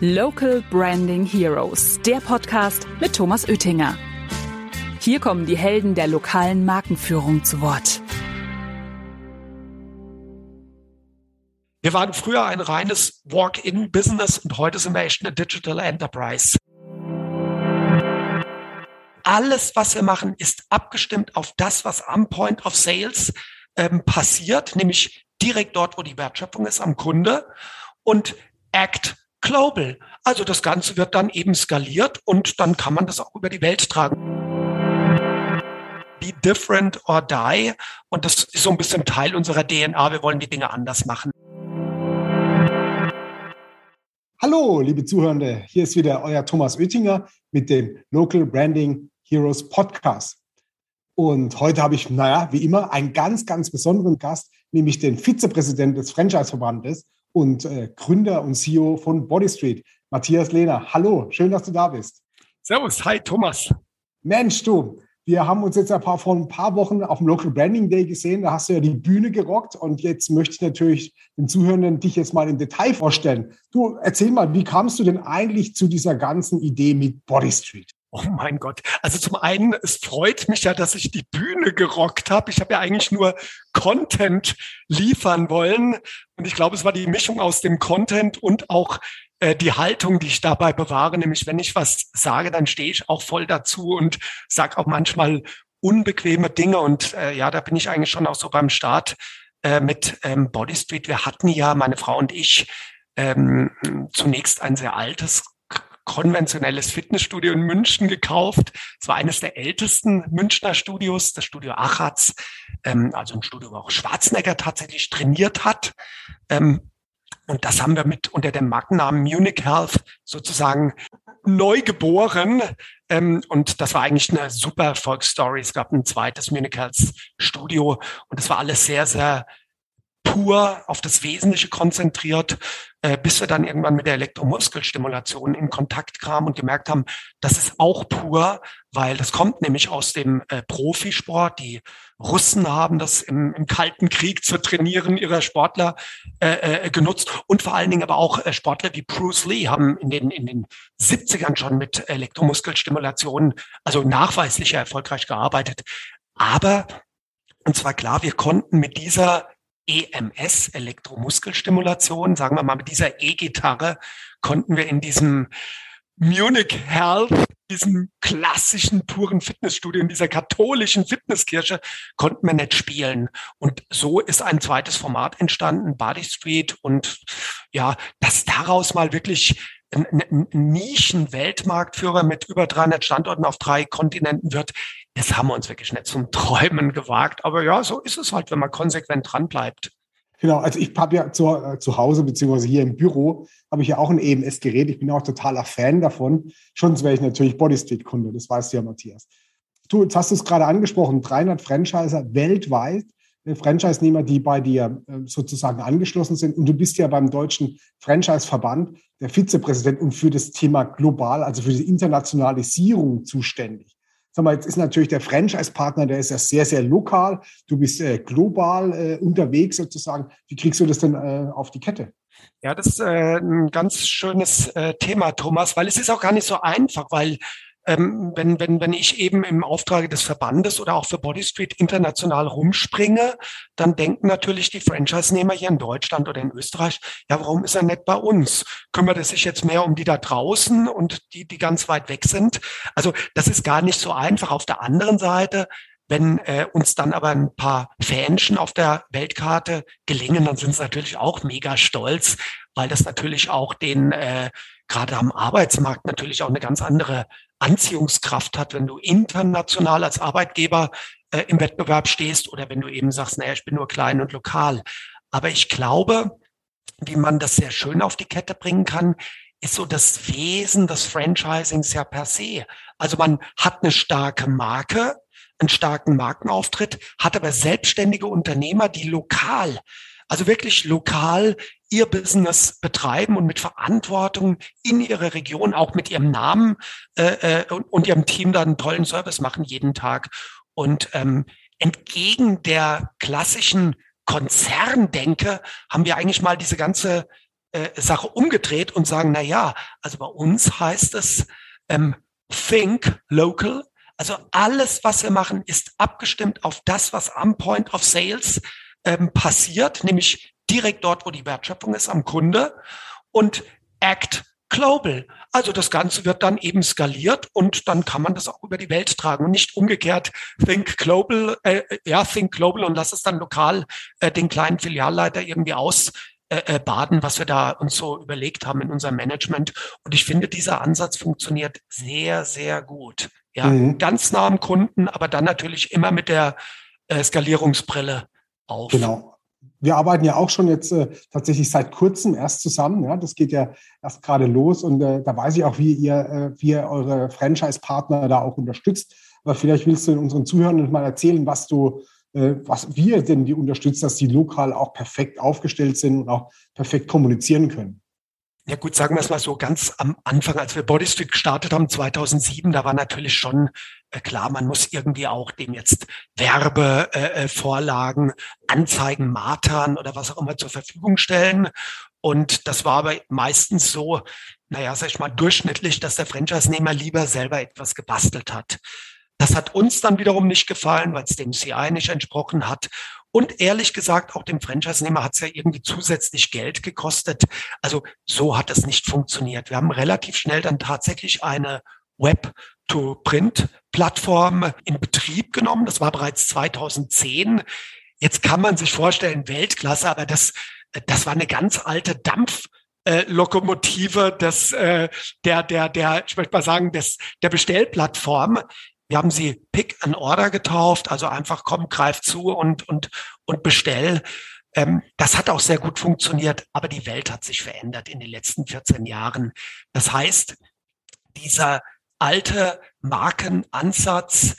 Local Branding Heroes, der Podcast mit Thomas Oettinger. Hier kommen die Helden der lokalen Markenführung zu Wort. Wir waren früher ein reines Walk-in-Business und heute sind wir echt eine Digital Enterprise. Alles, was wir machen, ist abgestimmt auf das, was am Point of Sales passiert, nämlich direkt dort, wo die Wertschöpfung ist, am Kunde, und Act Global. Also das Ganze wird dann eben skaliert und dann kann man das auch über die Welt tragen. Be different or die. Und das ist so ein bisschen Teil unserer DNA. Wir wollen die Dinge anders machen. Hallo, liebe Zuhörende. Hier ist wieder euer Thomas Oettinger mit dem Local Branding Heroes Podcast. Und heute habe ich, wie immer, einen ganz, ganz besonderen Gast, nämlich den Vizepräsidenten des Franchise-Verbandes und Gründer und CEO von Bodystreet, Matthias Lehner. Hallo, schön, dass du da bist. Servus, hi Thomas. Mensch, du, wir haben uns jetzt vor ein paar Wochen auf dem Local Branding Day gesehen. Da hast du ja die Bühne gerockt und jetzt möchte ich natürlich den Zuhörenden dich jetzt mal im Detail vorstellen. Du, erzähl mal, wie kamst du denn eigentlich zu dieser ganzen Idee mit Bodystreet? Oh mein Gott. Also zum einen, es freut mich ja, dass ich die Bühne gerockt habe. Ich habe ja eigentlich nur Content liefern wollen. Und ich glaube, es war die Mischung aus dem Content und auch die Haltung, die ich dabei bewahre. Nämlich, wenn ich was sage, dann stehe ich auch voll dazu und sage auch manchmal unbequeme Dinge. Und da bin ich eigentlich schon auch so beim Start mit Bodystreet. Wir hatten ja, meine Frau und ich, zunächst ein sehr altes, konventionelles Fitnessstudio in München gekauft. Es war eines der ältesten Münchner Studios, das Studio Achatz, also ein Studio, wo auch Schwarzenegger tatsächlich trainiert hat. Und das haben wir mit unter dem Markennamen Munich Health sozusagen neu geboren. Und das war eigentlich eine super Erfolgsstory. Es gab ein zweites Munich Health Studio und es war alles sehr, sehr pur auf das Wesentliche konzentriert, bis wir dann irgendwann mit der Elektromuskelstimulation in Kontakt kamen und gemerkt haben, das ist auch pur, weil das kommt nämlich aus dem Profisport. Die Russen haben das im Kalten Krieg zur Trainieren ihrer Sportler genutzt und vor allen Dingen aber auch Sportler wie Bruce Lee haben in den 70ern schon mit Elektromuskelstimulation, also nachweislich erfolgreich gearbeitet. Aber, und zwar klar, wir konnten mit dieser EMS, Elektromuskelstimulation, sagen wir mal mit dieser E-Gitarre, konnten wir in diesem Munich Health, diesem klassischen puren Fitnessstudio, in dieser katholischen Fitnesskirche, konnten wir nicht spielen. Und so ist ein zweites Format entstanden, Bodystreet, und ja, dass daraus mal wirklich ein Nischen-Weltmarktführer mit über 300 Standorten auf 3 Kontinenten wird, das haben wir uns wirklich nicht zum Träumen gewagt. Aber ja, so ist es halt, wenn man konsequent dran bleibt. Genau, also ich habe ja zu Hause beziehungsweise hier im Büro habe ich ja auch ein EMS-Gerät. Ich bin auch totaler Fan davon. Schon wäre ich natürlich Bodystreet-Kunde, das weißt du ja, Matthias. Du, jetzt hast du es gerade angesprochen, 300 Franchiser weltweit, Franchise-Nehmer, die bei dir sozusagen angeschlossen sind. Und du bist ja beim Deutschen Franchise-Verband der Vizepräsident und für das Thema global, also für die Internationalisierung zuständig. Sag mal, jetzt ist natürlich der Franchise-Partner, der ist ja sehr, sehr lokal. Du bist global unterwegs sozusagen. Wie kriegst du das denn auf die Kette? Ja, das ist ein ganz schönes Thema, Thomas, weil es ist auch gar nicht so einfach, weil wenn ich eben im Auftrag des Verbandes oder auch für Bodystreet international rumspringe, dann denken natürlich die Franchise-Nehmer hier in Deutschland oder in Österreich, ja, warum ist er nicht bei uns? Kümmert er sich jetzt mehr um die da draußen und die ganz weit weg sind? Also das ist gar nicht so einfach. Auf der anderen Seite, wenn uns dann aber ein paar Fähnchen auf der Weltkarte gelingen, dann sind sie natürlich auch mega stolz, weil das natürlich auch den gerade am Arbeitsmarkt natürlich auch eine ganz andere Anziehungskraft hat, wenn du international als Arbeitgeber im Wettbewerb stehst oder wenn du eben sagst, naja, ich bin nur klein und lokal. Aber ich glaube, wie man das sehr schön auf die Kette bringen kann, ist so das Wesen des Franchisings ja per se. Also man hat eine starke Marke, einen starken Markenauftritt, hat aber selbstständige Unternehmer, die lokal, also wirklich lokal ihr Business betreiben und mit Verantwortung in ihrer Region, auch mit ihrem Namen und ihrem Team dann einen tollen Service machen jeden Tag. Und entgegen der klassischen Konzerndenke haben wir eigentlich mal diese ganze Sache umgedreht und sagen, na ja, also bei uns heißt es think local. Also alles, was wir machen, ist abgestimmt auf das, was am Point of Sales passiert, nämlich direkt dort, wo die Wertschöpfung ist, am Kunde, und act global. Also das Ganze wird dann eben skaliert und dann kann man das auch über die Welt tragen und nicht umgekehrt think global und lass es dann lokal den kleinen Filialleiter irgendwie ausbaden, was wir da uns so überlegt haben in unserem Management. Und ich finde, dieser Ansatz funktioniert sehr, sehr gut. Ja, ganz nah am Kunden, aber dann natürlich immer mit der Skalierungsbrille auf. Genau. Wir arbeiten ja auch schon jetzt tatsächlich seit kurzem erst zusammen. Ja, das geht ja erst gerade los und da weiß ich auch, wie ihr eure Franchise-Partner da auch unterstützt. Aber vielleicht willst du unseren Zuhörern mal erzählen, wie ihr denn die unterstützt, dass die lokal auch perfekt aufgestellt sind und auch perfekt kommunizieren können. Ja gut, sagen wir es mal so, ganz am Anfang, als wir Bodystreet gestartet haben, 2007, da war natürlich schon klar, man muss irgendwie auch dem jetzt Werbevorlagen, Anzeigen, Martern oder was auch immer zur Verfügung stellen. Und das war aber meistens so, sag ich mal, durchschnittlich, dass der Franchise-Nehmer lieber selber etwas gebastelt hat. Das hat uns dann wiederum nicht gefallen, weil es dem CI nicht entsprochen hat. Und ehrlich gesagt, auch dem Franchise-Nehmer hat es ja irgendwie zusätzlich Geld gekostet. Also so hat es nicht funktioniert. Wir haben relativ schnell dann tatsächlich eine Web-to-Print-Plattform in Betrieb genommen. Das war bereits 2010. Jetzt kann man sich vorstellen, Weltklasse, aber das war eine ganz alte Dampflokomotive ich möchte mal sagen, der Bestellplattform. Wir haben sie Pick and Order getauft, also einfach komm, greif zu und bestell. Das hat auch sehr gut funktioniert, aber die Welt hat sich verändert in den letzten 14 Jahren. Das heißt, dieser alte Markenansatz,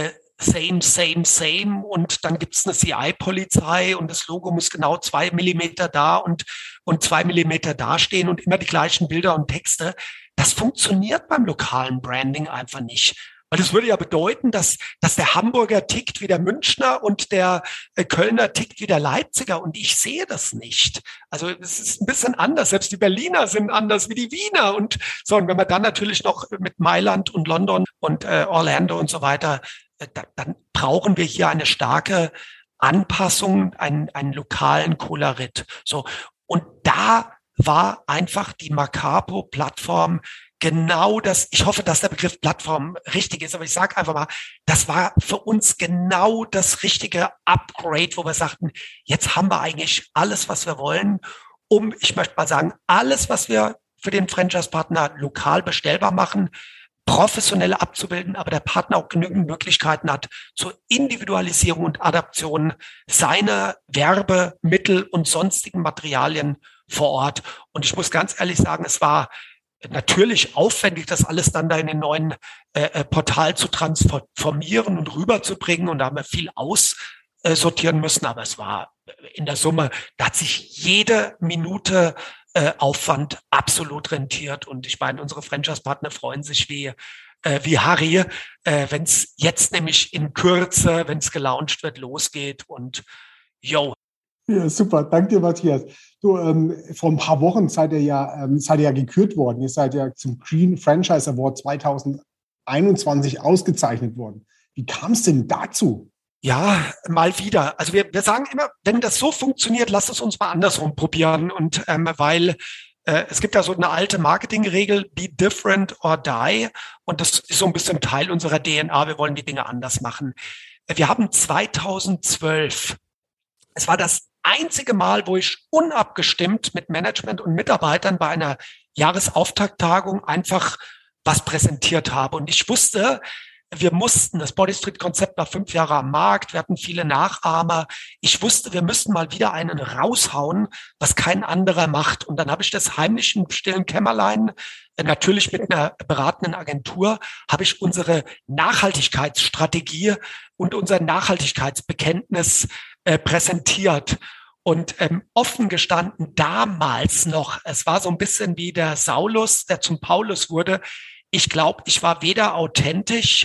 same und dann gibt's eine CI-Polizei und das Logo muss genau 2 Millimeter da und 2 Millimeter da stehen und immer die gleichen Bilder und Texte. Das funktioniert beim lokalen Branding einfach nicht. Weil das würde ja bedeuten, dass der Hamburger tickt wie der Münchner und der Kölner tickt wie der Leipziger. Und ich sehe das nicht. Also es ist ein bisschen anders. Selbst die Berliner sind anders wie die Wiener. Und so, und wenn man dann natürlich noch mit Mailand und London und Orlando und so weiter, dann brauchen wir hier eine starke Anpassung, einen lokalen Kolorit. So. Und da war einfach die Marcapo-Plattform genau das. Ich hoffe, dass der Begriff Plattform richtig ist, aber ich sage einfach mal, das war für uns genau das richtige Upgrade, wo wir sagten, jetzt haben wir eigentlich alles, was wir wollen, ich möchte mal sagen, alles, was wir für den Franchise-Partner lokal bestellbar machen, professionell abzubilden, aber der Partner auch genügend Möglichkeiten hat zur Individualisierung und Adaption seiner Werbemittel und sonstigen Materialien vor Ort. Und ich muss ganz ehrlich sagen, es war natürlich aufwendig, das alles dann da in den neuen Portal zu transformieren und rüberzubringen. Und da haben wir viel aussortieren müssen. Aber es war in der Summe, da hat sich jede Minute Aufwand absolut rentiert. Und ich meine, unsere Franchise-Partner freuen sich wie Harry, wenn es jetzt nämlich in Kürze, wenn es gelauncht wird, losgeht. Und yo. Ja, super. Danke dir, Matthias. Du, vor ein paar Wochen seid ihr ja gekürt worden. Ihr seid ja zum Green Franchise Award 2021 ausgezeichnet worden. Wie kam es denn dazu? Ja, mal wieder. Also wir sagen immer, wenn das so funktioniert, lasst es uns mal andersrum probieren. Und weil es gibt ja so eine alte Marketingregel, be different or die. Und das ist so ein bisschen Teil unserer DNA. Wir wollen die Dinge anders machen. Wir haben 2012, es war das einzige Mal, wo ich unabgestimmt mit Management und Mitarbeitern bei einer Jahresauftakttagung einfach was präsentiert habe. Und ich wusste, das Bodystreet-Konzept war 5 Jahre am Markt, wir hatten viele Nachahmer. Ich wusste, wir müssten mal wieder einen raushauen, was kein anderer macht. Und dann habe ich das heimlich im stillen Kämmerlein, natürlich mit einer beratenden Agentur, habe ich unsere Nachhaltigkeitsstrategie und unser Nachhaltigkeitsbekenntnis präsentiert. Und offen gestanden damals noch, es war so ein bisschen wie der Saulus, der zum Paulus wurde. Ich glaube, ich war weder authentisch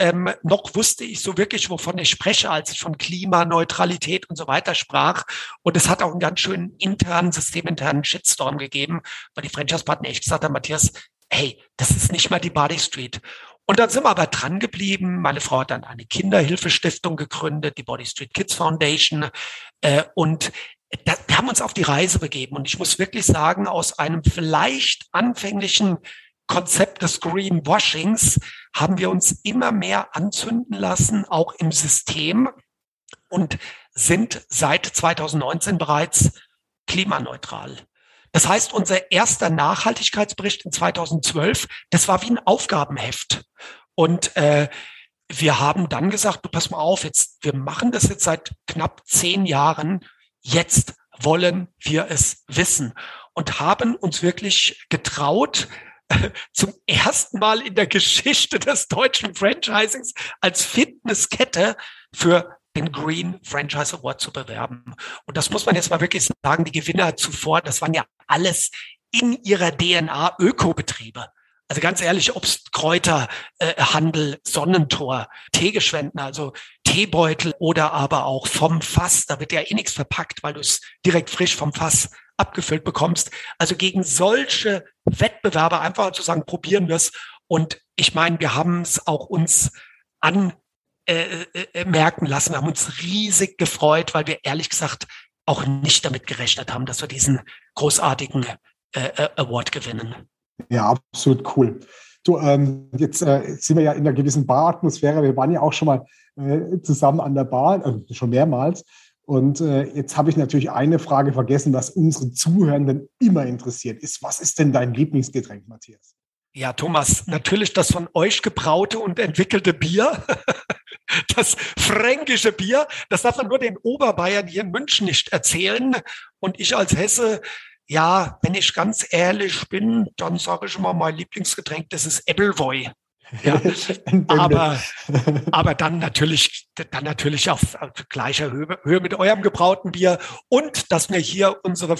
noch wusste ich so wirklich, wovon ich spreche, als ich von Klimaneutralität und so weiter sprach. Und es hat auch einen ganz schönen systeminternen Shitstorm gegeben, weil die Franchise-Partner echt gesagt haben, Matthias, hey, das ist nicht mal die Body Street. Und dann sind wir aber dran geblieben. Meine Frau hat dann eine Kinderhilfestiftung gegründet, die Body Street Kids Foundation. Und wir haben uns auf die Reise begeben. Und ich muss wirklich sagen, aus einem vielleicht anfänglichen Konzept des Greenwashings haben wir uns immer mehr anzünden lassen, auch im System, und sind seit 2019 bereits klimaneutral. Das heißt, unser erster Nachhaltigkeitsbericht in 2012, das war wie ein Aufgabenheft. Und wir haben dann gesagt, du pass mal auf, wir machen das jetzt seit knapp 10 Jahren, jetzt wollen wir es wissen. Und haben uns wirklich getraut, zum ersten Mal in der Geschichte des deutschen Franchisings als Fitnesskette für den Green Franchise Award zu bewerben. Und das muss man jetzt mal wirklich sagen, die Gewinner zuvor, das waren ja alles in ihrer DNA Ökobetriebe. Also ganz ehrlich, Obst, Kräuter, Handel, Sonnentor, Teegeschwenden, also Teebeutel oder aber auch vom Fass. Da wird ja eh nichts verpackt, weil du es direkt frisch vom Fass abgefüllt bekommst. Also gegen solche Wettbewerbe einfach zu sagen, probieren wir es. Und ich meine, wir haben es auch uns merken lassen. Wir haben uns riesig gefreut, weil wir ehrlich gesagt auch nicht damit gerechnet haben, dass wir diesen großartigen Award gewinnen. Ja, absolut cool. Du, jetzt sind wir ja in einer gewissen Baratmosphäre. Wir waren ja auch schon mal zusammen an der Bar, also schon mehrmals. Und jetzt habe ich natürlich eine Frage vergessen, was unsere Zuhörenden immer interessiert ist. Was ist denn dein Lieblingsgetränk, Matthias? Ja, Thomas, natürlich das von euch gebraute und entwickelte Bier. Das fränkische Bier, das darf man nur den Oberbayern hier in München nicht erzählen. Und ich als Hesse, ja, wenn ich ganz ehrlich bin, dann sage ich immer, mein Lieblingsgetränk, das ist Ebbelwoi. Ja, aber dann natürlich auf gleicher Höhe mit eurem gebrauten Bier, und dass wir hier unsere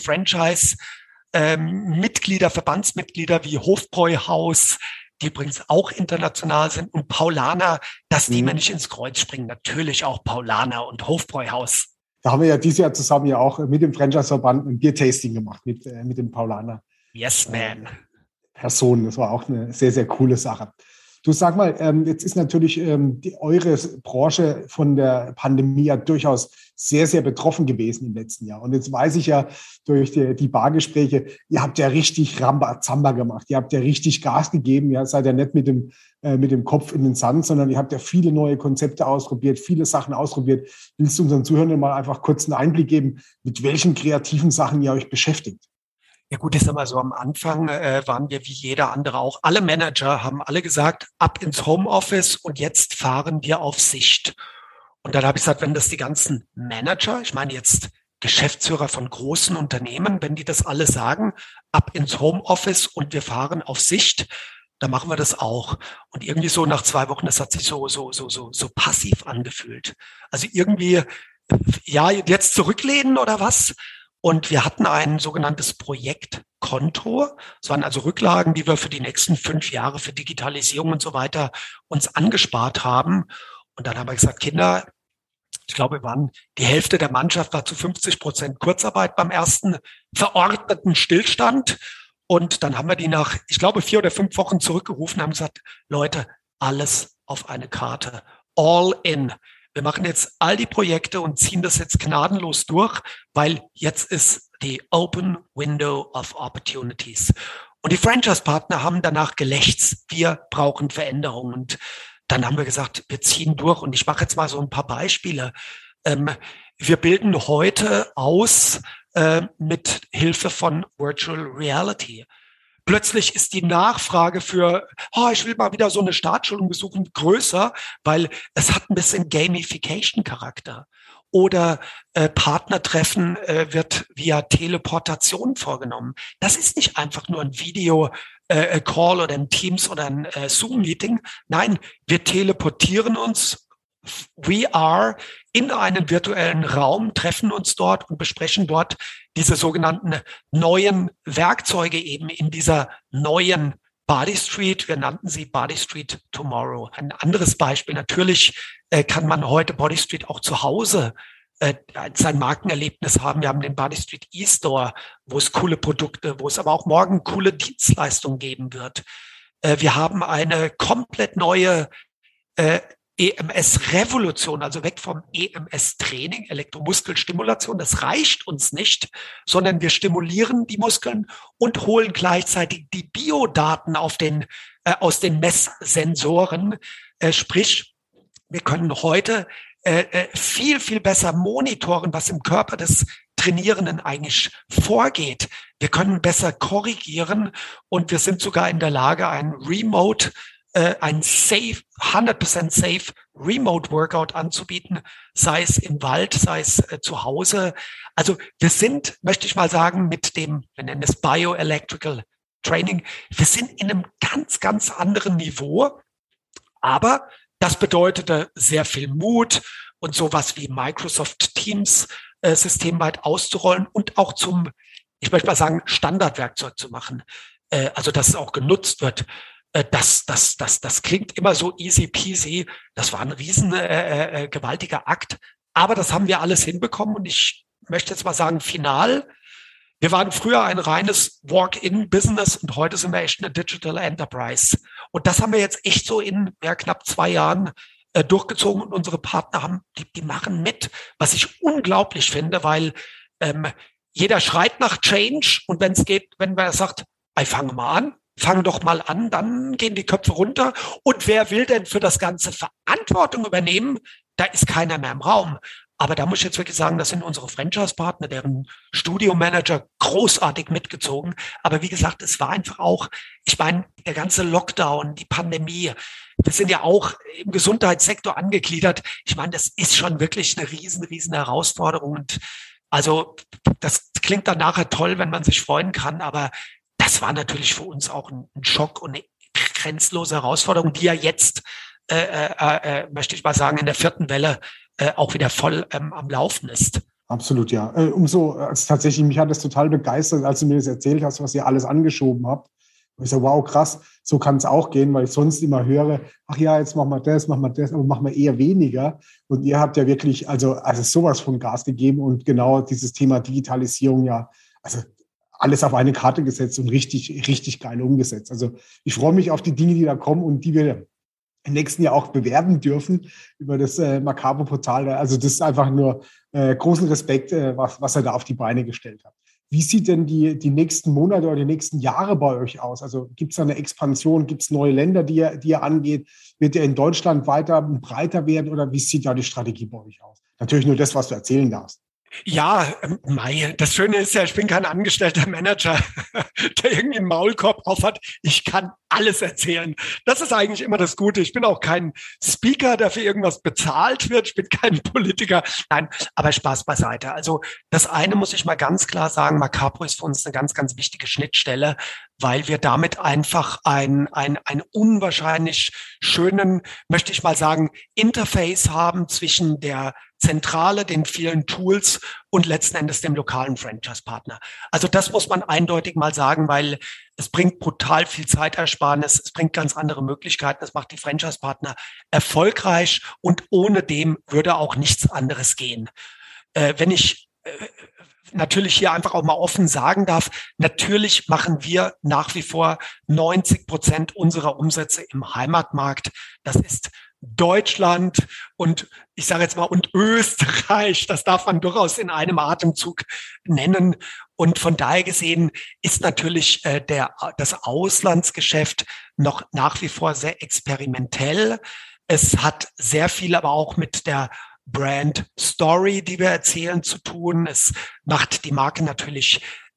Franchise-Mitglieder, Verbandsmitglieder wie Hofbräuhaus, die übrigens auch international sind, und Paulaner, dass die mir nicht ins Kreuz springen. Natürlich auch Paulaner und Hofbräuhaus. Da haben wir ja dieses Jahr zusammen ja auch mit dem Franchise-Verband ein Biertasting gemacht, mit dem Paulaner. Yes, man. Personen. Das war auch eine sehr, sehr coole Sache. Du, sag mal, jetzt ist natürlich eure Branche von der Pandemie ja durchaus sehr, sehr betroffen gewesen im letzten Jahr. Und jetzt weiß ich ja durch die Bargespräche, ihr habt ja richtig Rambazamba gemacht. Ihr habt ja richtig Gas gegeben. Ihr seid ja nicht mit dem Kopf in den Sand, sondern ihr habt ja viele neue Konzepte ausprobiert, viele Sachen ausprobiert. Willst du unseren Zuhörern mal einfach kurz einen Einblick geben, mit welchen kreativen Sachen ihr euch beschäftigt? Ja gut, ich sag mal so, am Anfang waren wir wie jeder andere auch. Alle Manager haben alle gesagt, ab ins Homeoffice, und jetzt fahren wir auf Sicht. Und dann habe ich gesagt, wenn das die ganzen Manager, ich meine jetzt Geschäftsführer von großen Unternehmen, wenn die das alle sagen, ab ins Homeoffice und wir fahren auf Sicht, dann machen wir das auch. Und irgendwie so nach 2 Wochen, das hat sich so passiv angefühlt. Also irgendwie, ja, jetzt zurücklehnen oder was? Und wir hatten ein sogenanntes Projektkonto. Das waren also Rücklagen, die wir für die nächsten 5 Jahre für Digitalisierung und so weiter uns angespart haben. Und dann haben wir gesagt, Kinder, ich glaube, die Hälfte der Mannschaft war zu 50% Kurzarbeit beim ersten verordneten Stillstand. Und dann haben wir die nach, ich glaube, 4 oder 5 Wochen zurückgerufen und haben gesagt, Leute, alles auf eine Karte. All in. Wir machen jetzt all die Projekte und ziehen das jetzt gnadenlos durch, weil jetzt ist die Open Window of Opportunities. Und die Franchise-Partner haben danach gelächzt, wir brauchen Veränderungen. Und dann haben wir gesagt, wir ziehen durch. Und ich mache jetzt mal so ein paar Beispiele. Wir bilden heute aus mit Hilfe von Virtual Reality. Plötzlich ist die Nachfrage für, ich will mal wieder so eine Startschulung besuchen, größer, weil es hat ein bisschen Gamification-Charakter. Oder Partnertreffen wird via Teleportation vorgenommen. Das ist nicht einfach nur ein Video-Call oder ein Teams oder ein Zoom-Meeting. Nein, wir teleportieren uns VR in einen virtuellen Raum, treffen uns dort und besprechen dort diese sogenannten neuen Werkzeuge eben in dieser neuen Body Street, wir nannten sie Body Street Tomorrow. Ein anderes Beispiel, natürlich kann man heute Body Street auch zu Hause sein Markenerlebnis haben. Wir haben den Body Street E-Store, wo es coole Produkte, wo es aber auch morgen coole Dienstleistungen geben wird. Wir haben eine komplett neue EMS-Revolution, also weg vom EMS-Training, Elektromuskelstimulation. Das reicht uns nicht, sondern wir stimulieren die Muskeln und holen gleichzeitig die Biodaten aus den Messsensoren. Sprich, wir können heute viel, viel besser monitoren, was im Körper des Trainierenden eigentlich vorgeht. Wir können besser korrigieren und wir sind sogar in der Lage, ein 100% safe Remote Workout anzubieten, sei es im Wald, sei es zu Hause. Also wir sind, möchte ich mal sagen, mit dem, wir nennen es Bioelectrical Training, wir sind in einem ganz, ganz anderen Niveau, aber das bedeutete sehr viel Mut und sowas wie Microsoft Teams systemweit auszurollen und auch zum, ich möchte mal sagen, Standardwerkzeug zu machen. Also dass es auch genutzt wird. Das klingt immer so easy peasy. Das war ein riesen gewaltiger Akt. Aber das haben wir alles hinbekommen. Und ich möchte jetzt mal sagen, final, wir waren früher ein reines Walk-in-Business und heute sind wir echt eine Digital Enterprise. Und das haben wir jetzt echt so in knapp 2 Jahren durchgezogen. Und unsere Partner die machen mit, was ich unglaublich finde, weil jeder schreit nach Change. Und wenn es geht, wenn man sagt, ey, fang doch mal an, dann gehen die Köpfe runter. Und wer will denn für das Ganze Verantwortung übernehmen? Da ist keiner mehr im Raum. Aber da muss ich jetzt wirklich sagen, das sind unsere Franchise-Partner, deren Studio-Manager großartig mitgezogen. Aber wie gesagt, es war einfach auch, ich meine, der ganze Lockdown, die Pandemie, wir sind ja auch im Gesundheitssektor angegliedert. Ich meine, das ist schon wirklich eine riesen Herausforderung. Und also das klingt dann nachher toll, wenn man sich freuen kann, aber das war natürlich für uns auch ein Schock und eine grenzlose Herausforderung, die ja jetzt, möchte ich mal sagen, in der 4. Welle auch wieder voll am Laufen ist. Absolut, ja. Tatsächlich, mich hat das total begeistert, als du mir das erzählt hast, was ihr alles angeschoben habt. Und ich so, wow, krass, so kann es auch gehen, weil ich sonst immer höre, ach ja, jetzt machen wir das, aber machen wir eher weniger. Und ihr habt ja wirklich, also sowas von Gas gegeben und genau dieses Thema Digitalisierung ja, also alles auf eine Karte gesetzt und richtig geil umgesetzt. Also ich freue mich auf die Dinge, die da kommen und die wir im nächsten Jahr auch bewerben dürfen über das Macabo-Portal. Also das ist einfach nur großen Respekt, was er da auf die Beine gestellt hat. Wie sieht denn die nächsten Monate oder die nächsten Jahre bei euch aus? Also gibt es da eine Expansion? Gibt es neue Länder, die ihr angeht? Wird ihr in Deutschland weiter breiter werden oder wie sieht da die Strategie bei euch aus? Natürlich nur das, was du erzählen darfst. Ja, Mai, das Schöne ist ja, ich bin kein angestellter Manager, der irgendwie einen Maulkorb auf hat. Ich kann alles erzählen. Das ist eigentlich immer das Gute. Ich bin auch kein Speaker, der für irgendwas bezahlt wird. Ich bin kein Politiker. Nein, aber Spaß beiseite. Also das eine muss ich mal ganz klar sagen, Macabo ist für uns eine ganz, ganz wichtige Schnittstelle, weil wir damit einfach einen unwahrscheinlich schönen, möchte ich mal sagen, Interface haben zwischen der Zentrale, den vielen Tools und letzten Endes dem lokalen Franchise-Partner. Also das muss man eindeutig mal sagen, weil es bringt brutal viel Zeitersparnis, es bringt ganz andere Möglichkeiten, es macht die Franchise-Partner erfolgreich und ohne dem würde auch nichts anderes gehen. Wenn ich natürlich hier einfach auch mal offen sagen darf, natürlich machen wir nach wie vor 90% unserer Umsätze im Heimatmarkt. Das ist Deutschland und ich sage jetzt mal und Österreich, das darf man durchaus in einem Atemzug nennen. Und von daher gesehen ist natürlich das Auslandsgeschäft noch nach wie vor sehr experimentell. Es hat sehr viel aber auch mit der Brand Story, die wir erzählen, zu tun. Es macht die Marke natürlich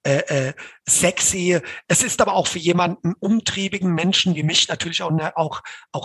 sexy. Es ist aber auch für jemanden umtriebigen Menschen wie mich natürlich auch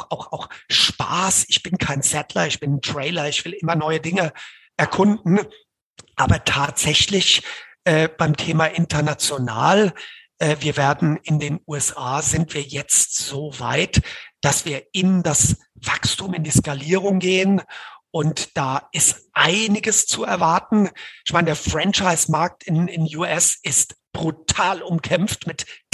Spaß. Ich bin kein Settler, ich bin ein Trailer, ich will immer neue Dinge erkunden. Aber tatsächlich beim Thema international, wir werden in den USA, sind wir jetzt so weit, dass wir in das Wachstum, in die Skalierung gehen. Und da ist einiges zu erwarten. Ich meine, der Franchise-Markt in US ist brutal umkämpft mit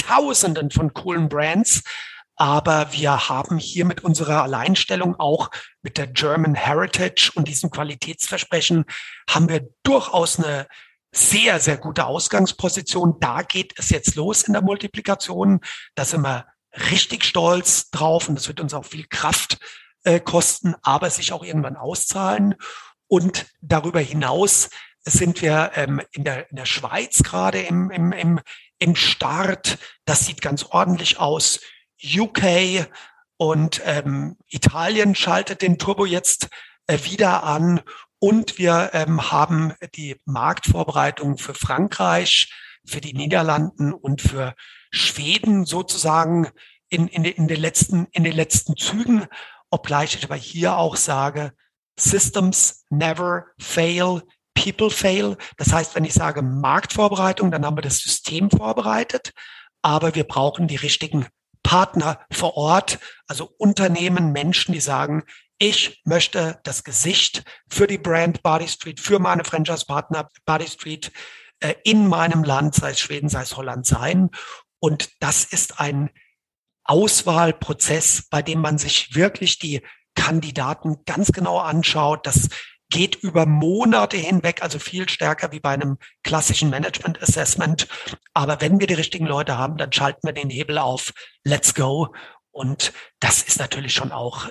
Tausenden von coolen Brands. Aber wir haben hier mit unserer Alleinstellung, auch mit der German Heritage und diesem Qualitätsversprechen, haben wir durchaus eine sehr, sehr gute Ausgangsposition. Da geht es jetzt los in der Multiplikation. Da sind wir richtig stolz drauf und das wird uns auch viel Kraft kosten, aber sich auch irgendwann auszahlen. Und darüber hinaus sind wir in der Schweiz gerade im Start. Das sieht ganz ordentlich aus. UK und Italien schaltet den Turbo jetzt wieder an. Und wir haben die Marktvorbereitung für Frankreich, für die Niederlanden und für Schweden sozusagen in den letzten Zügen. Obgleich ich aber hier auch sage, Systems never fail, people fail. Das heißt, wenn ich sage Marktvorbereitung, dann haben wir das System vorbereitet, aber wir brauchen die richtigen Partner vor Ort, also Unternehmen, Menschen, die sagen, ich möchte das Gesicht für die Brand Bodystreet, für meine Franchise-Partner Bodystreet in meinem Land, sei es Schweden, sei es Holland sein. Und das ist ein Auswahlprozess, bei dem man sich wirklich die Kandidaten ganz genau anschaut. Das geht über Monate hinweg, also viel stärker wie bei einem klassischen Management Assessment. Aber wenn wir die richtigen Leute haben, dann schalten wir den Hebel auf. Let's go. Und das ist natürlich schon auch,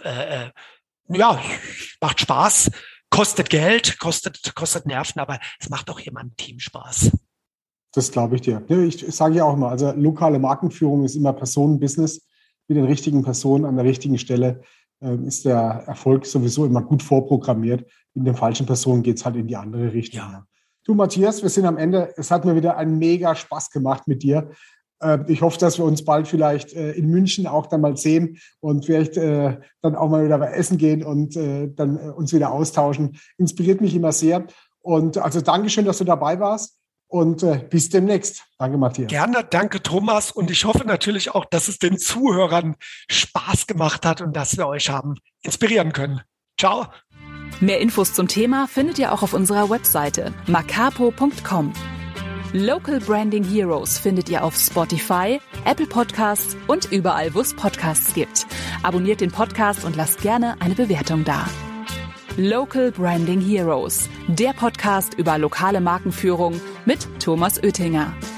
macht Spaß, kostet Geld, kostet Nerven, aber es macht auch jemandem Team Spaß. Das glaube ich dir. Ich sage ja auch immer, also lokale Markenführung ist immer Personenbusiness. Mit den richtigen Personen an der richtigen Stelle ist der Erfolg sowieso immer gut vorprogrammiert. Mit den falschen Personen geht es halt in die andere Richtung. Ja. Du, Matthias, wir sind am Ende. Es hat mir wieder einen mega Spaß gemacht mit dir. Ich hoffe, dass wir uns bald vielleicht in München auch dann mal sehen und vielleicht dann auch mal wieder essen gehen und dann uns wieder austauschen. Inspiriert mich immer sehr. Und also Dankeschön, dass du dabei warst. Und bis demnächst. Danke, Matthias. Gerne, danke, Thomas. Und ich hoffe natürlich auch, dass es den Zuhörern Spaß gemacht hat und dass wir euch haben inspirieren können. Ciao. Mehr Infos zum Thema findet ihr auch auf unserer Webseite macapo.com. Local Branding Heroes findet ihr auf Spotify, Apple Podcasts und überall, wo es Podcasts gibt. Abonniert den Podcast und lasst gerne eine Bewertung da. Local Branding Heroes, der Podcast über lokale Markenführung mit Thomas Oettinger.